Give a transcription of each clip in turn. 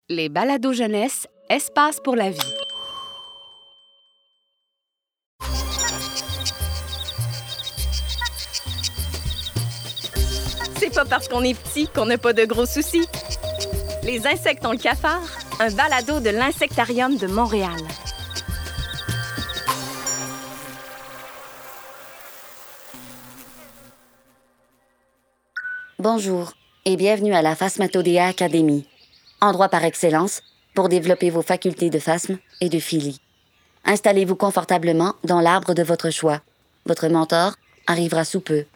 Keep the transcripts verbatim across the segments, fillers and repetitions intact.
Les balados jeunesse, espace pour la vie. C'est pas parce qu'on est petit qu'on n'a pas de gros soucis. Les insectes ont le cafard, un balado de l'Insectarium de Montréal. Bonjour et bienvenue à la Phasmatodea Academy, endroit par excellence pour développer vos facultés de phasme et de philie. Installez-vous confortablement dans l'arbre de votre choix. Votre mentor arrivera sous peu.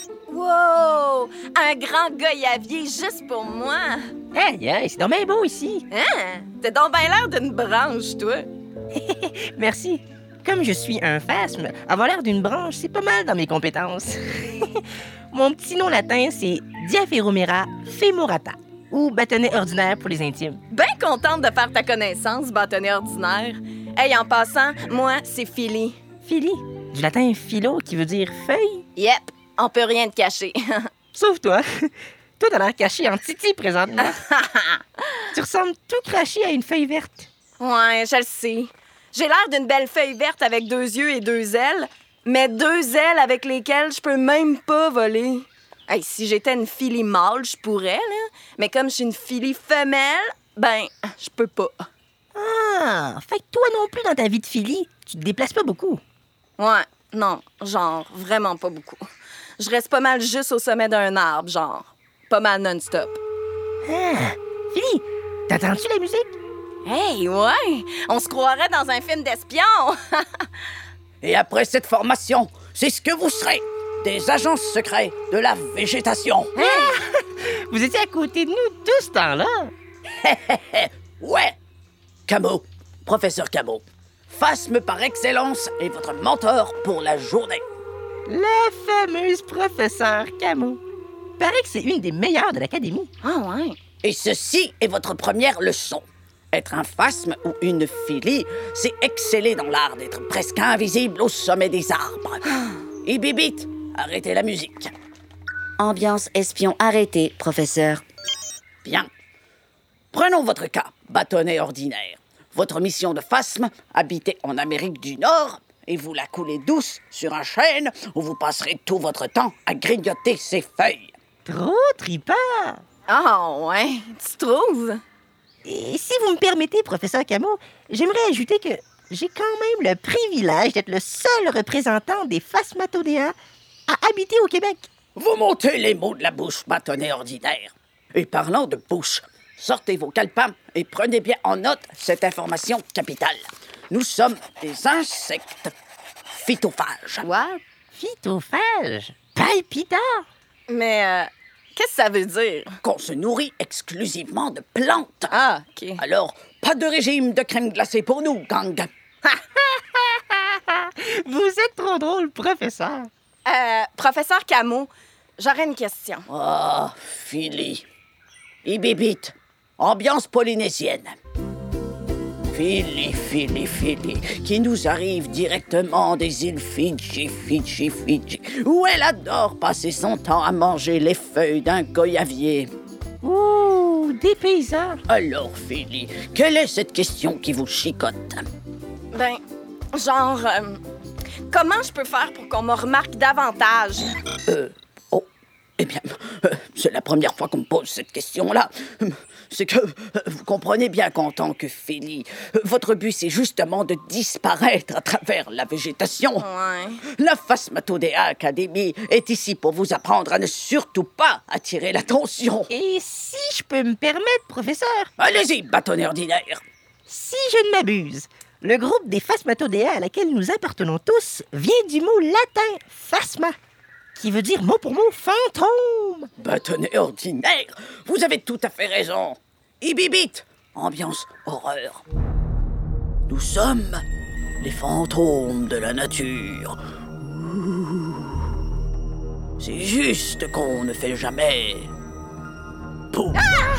Wow! Un grand goyavier juste pour moi! Hey, hey, c'est donc bien beau ici. Hein? T'as donc bien l'air d'une branche, toi! Merci. Comme je suis un phasme, avoir l'air d'une branche, c'est pas mal dans mes compétences. Mon petit nom latin, c'est Diaphéromera femorata, ou bâtonnet ordinaire pour les intimes. Bien contente de faire ta connaissance, bâtonnet ordinaire. Hey, en passant, moi, c'est Philly. Philly, du latin philo, qui veut dire feuille. Yep, on peut rien te cacher. Sauf toi. Toi, t'as l'air caché en titi présentement. Tu ressembles tout craché à une feuille verte. Ouais, je le sais. J'ai l'air d'une belle feuille verte avec deux yeux et deux ailes, mais deux ailes avec lesquelles je peux même pas voler. Hey, si j'étais une Philly mâle, je pourrais, là. Mais comme je suis une Philly femelle, ben, je peux pas. Ah, fait que toi non plus, dans ta vie de Philly, tu te déplaces pas beaucoup. Ouais, non, genre, vraiment pas beaucoup. Je reste pas mal juste au sommet d'un arbre, genre. Pas mal non-stop. Ah, Philly, t'entends-tu la musique? Hey, ouais! On se croirait dans un film d'espion! Et après cette formation, c'est ce que vous serez, des agents secrets de la végétation. Ah! Vous étiez à côté de nous tout ce temps-là? Ouais! Camo, professeur Camo, phasme par excellence est votre mentor pour la journée. La fameuse professeure Camo. Paraît que c'est une des meilleures de l'académie. Ah ouais? Et ceci est votre première leçon. Être un phasme ou une philie, c'est exceller dans l'art d'être presque invisible au sommet des arbres. Et bibite, arrêtez la musique. Ambiance espion arrêtée, professeur. Bien. Prenons votre cas, bâtonnet ordinaire. Votre mission de phasme, habiter en Amérique du Nord, et vous la coulez douce sur un chêne où vous passerez tout votre temps à grignoter ses feuilles. Trop trippant! Ah ouais, tu trouves? Et si vous me permettez, professeur Camo, j'aimerais ajouter que j'ai quand même le privilège d'être le seul représentant des Phasmatodea à habiter au Québec. Vous montez les mots de la bouche, bâtonnet ordinaire. Et parlant de bouche, sortez vos calepins et prenez bien en note cette information capitale. Nous sommes des insectes phytophages. What? Phytophage? Palpitant? Mais, euh, qu'est-ce que ça veut dire? Qu'on se nourrit exclusivement de plantes. Ah, OK. Alors, pas de régime de crème glacée pour nous, gang. Vous êtes trop drôle, professeur. Euh, professeur Camo, j'aurais une question. Ah, oh, Philly. Ibibite, ambiance polynésienne. Philly, Philly, Philly, qui nous arrive directement des îles Fidji, Fidji, Fidji, où elle adore passer son temps à manger les feuilles d'un goyavier. Ouh, des paysans. Alors, Philly, quelle est cette question qui vous chicote? Ben, genre, euh, comment je peux faire pour qu'on me remarque davantage? Euh, oh, eh bien, euh, c'est la première fois qu'on me pose cette question-là. C'est que, euh, vous comprenez bien qu'en tant que Philly, euh, votre but, c'est justement de disparaître à travers la végétation. Ouais. La Phasmatodea Academy est ici pour vous apprendre à ne surtout pas attirer l'attention. Et si je peux me permettre, professeur? Allez-y, bâtonnet ordinaire. Si je ne m'abuse, le groupe des Phasmatodea à laquelle nous appartenons tous vient du mot latin « phasma », qui veut dire mot pour mot « fantôme ». Bâtonnet ordinaire, vous avez tout à fait raison. Ibibite, ambiance horreur. Nous sommes les fantômes de la nature. Ouh. C'est juste qu'on ne fait jamais... Pouf.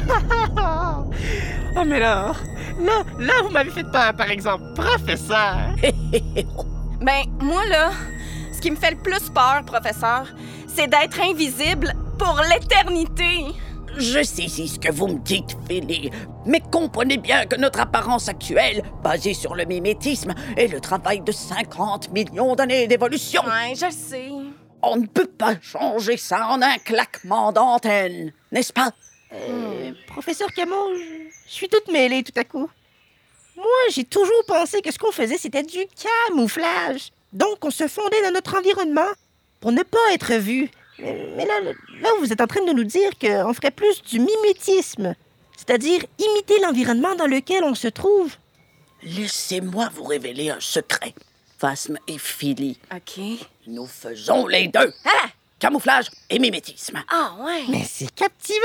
Oh, mais là, là, là, vous m'avez fait peur, par exemple, professeur. Ben, moi, là, ce qui me fait le plus peur, professeur, c'est d'être invisible pour l'éternité. Je saisis ce que vous me dites, Philly, mais comprenez bien que notre apparence actuelle, basée sur le mimétisme, est le travail de cinquante millions d'années d'évolution. Ouais, je le sais. On ne peut pas changer ça en un claquement d'antenne, n'est-ce pas? Euh, professeur Camo, je je suis toute mêlée tout à coup. Moi, j'ai toujours pensé que ce qu'on faisait, c'était du camouflage. Donc, on se fondait dans notre environnement pour ne pas être vu. Mais, mais là, là, vous êtes en train de nous dire qu'on ferait plus du mimétisme, c'est-à-dire imiter l'environnement dans lequel on se trouve. Laissez-moi vous révéler un secret, Phasme et Philly. OK. Nous faisons les deux. Ah! Camouflage et mimétisme. Ah, ouais. Mais c'est captivant!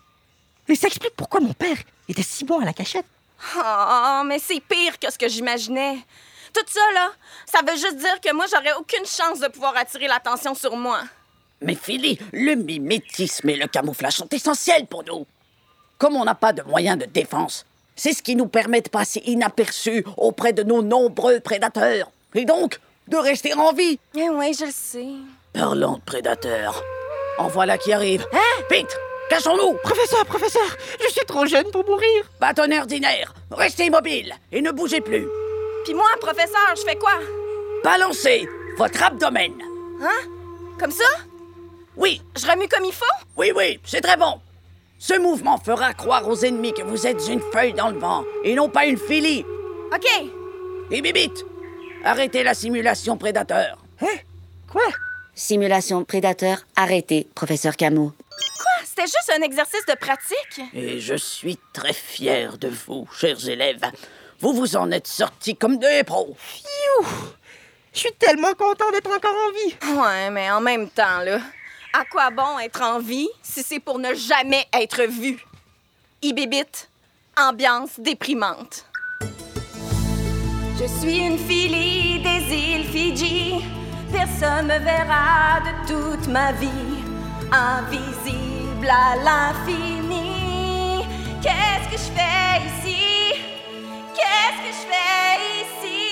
Et ça explique pourquoi mon père était si bon à la cachette. Oh, mais c'est pire que ce que j'imaginais. Tout ça, là, ça veut juste dire que moi, j'aurais aucune chance de pouvoir attirer l'attention sur moi. Mais Philly, le mimétisme et le camouflage sont essentiels pour nous. Comme on n'a pas de moyens de défense, c'est ce qui nous permet de passer inaperçus auprès de nos nombreux prédateurs. Et donc, de rester en vie. Eh oui, je le sais. Parlant de prédateurs, en voilà qui arrive. Hein? Vite, cachons-nous. Professeur, professeur, je suis trop jeune pour mourir. Bâtonnet ordinaire, restez immobile et ne bougez plus. Puis moi, professeur, je fais quoi? Balancez votre abdomen. Hein? Comme ça? Oui, Je remue comme il faut? oui, oui, c'est très bon. Ce mouvement fera croire aux ennemis que vous êtes une feuille dans le vent et non pas une Philly. OK. Et Bibite, arrêtez la simulation prédateur. Hein? Quoi? Simulation prédateur arrêtée, professeur Camo. Quoi? C'était juste un exercice de pratique? Et je suis très fier de vous, chers élèves. Vous vous en êtes sortis comme des pros. Pfiou! Je suis tellement content d'être encore en vie. Ouais, mais en même temps, là, à quoi bon être en vie si c'est pour ne jamais être vu? Ibibite, ambiance déprimante. Je suis une Philly des îles Fidji. Personne me verra de toute ma vie. Invisible à l'infini. Qu'est-ce que je fais ici? Qu'est-ce que je fais ici?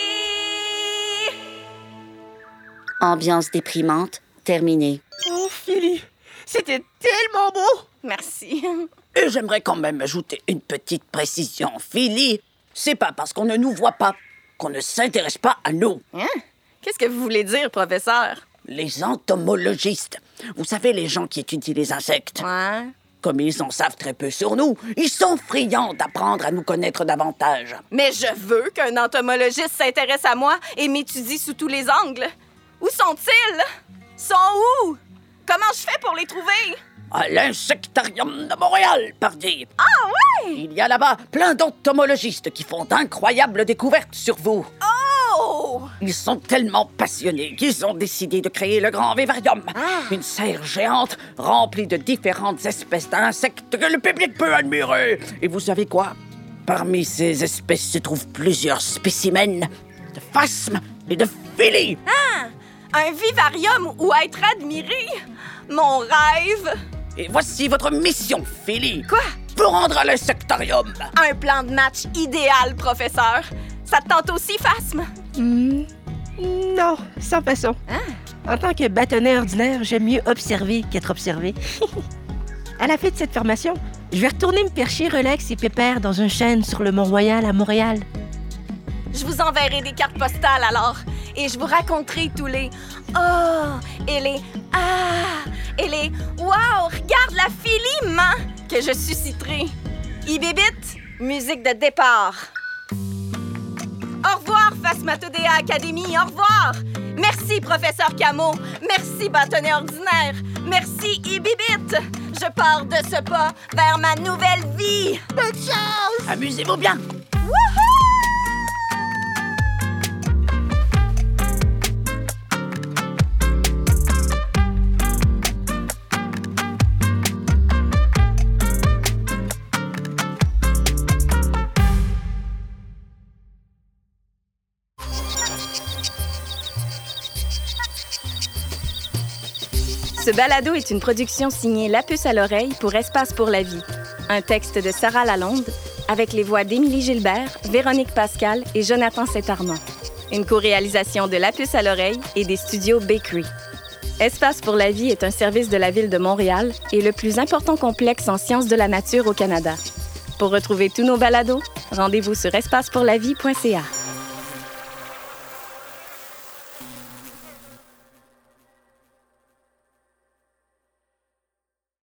Ambiance déprimante, terminée. Oh, Philly, c'était tellement beau. Merci. Et j'aimerais quand même ajouter une petite précision. Philly, c'est pas parce qu'on ne nous voit pas qu'on ne s'intéresse pas à nous. Hein? Qu'est-ce que vous voulez dire, professeur? Les entomologistes, vous savez, les gens qui étudient les insectes. Ouais. Comme ils en savent très peu sur nous, ils sont friands d'apprendre à nous connaître davantage. Mais je veux qu'un entomologiste s'intéresse à moi et m'étudie sous tous les angles. Où sont-ils? Sont où? Comment je fais pour les trouver? À l'insectarium de Montréal, pardi. Ah ouais? Il y a là-bas plein d'entomologistes qui font d'incroyables découvertes sur vous. Oh! Ils sont tellement passionnés qu'ils ont décidé de créer le Grand Vivarium. Une serre géante remplie de différentes espèces d'insectes que le public peut admirer. Et vous savez quoi? Parmi ces espèces se trouvent plusieurs spécimens de phasmes et de Philly. Ah! Un vivarium où être admiré? Mon rêve! Et voici votre mission, Philly. Quoi? Vous rendre à l'insectarium. Un plan de match idéal, professeur. Ça te tente aussi, Phasme? Hmm, non, sans façon. Ah. En tant que bâtonnet ordinaire, j'aime mieux observer qu'être observé. À la fin de cette formation, je vais retourner me percher relax et pépère dans un chêne sur le Mont-Royal à Montréal. Je vous enverrai des cartes postales alors. Et je vous raconterai tous les « Oh » et les « Ah » et les « Wow, regarde la Philly, man » que je susciterai. Ibibite, musique de départ. Au revoir, Phasmatodea Academy, au revoir. Merci, professeur Camo. Merci, bâtonnet ordinaire. Merci, Ibibite. Je pars de ce pas vers ma nouvelle vie. Bonne chance! Amusez-vous bien. Ce balado est une production signée La Puce à l'oreille pour Espace pour la vie. Un texte de Sarah Lalonde avec les voix d'Émilie Gilbert, Véronique Pascal et Jonathan Saint-Armand. Une co-réalisation de La Puce à l'oreille et des studios Bakery. Espace pour la vie est un service de la Ville de Montréal et le plus important complexe en sciences de la nature au Canada. Pour retrouver tous nos balados, rendez-vous sur espace pour la vie point c a.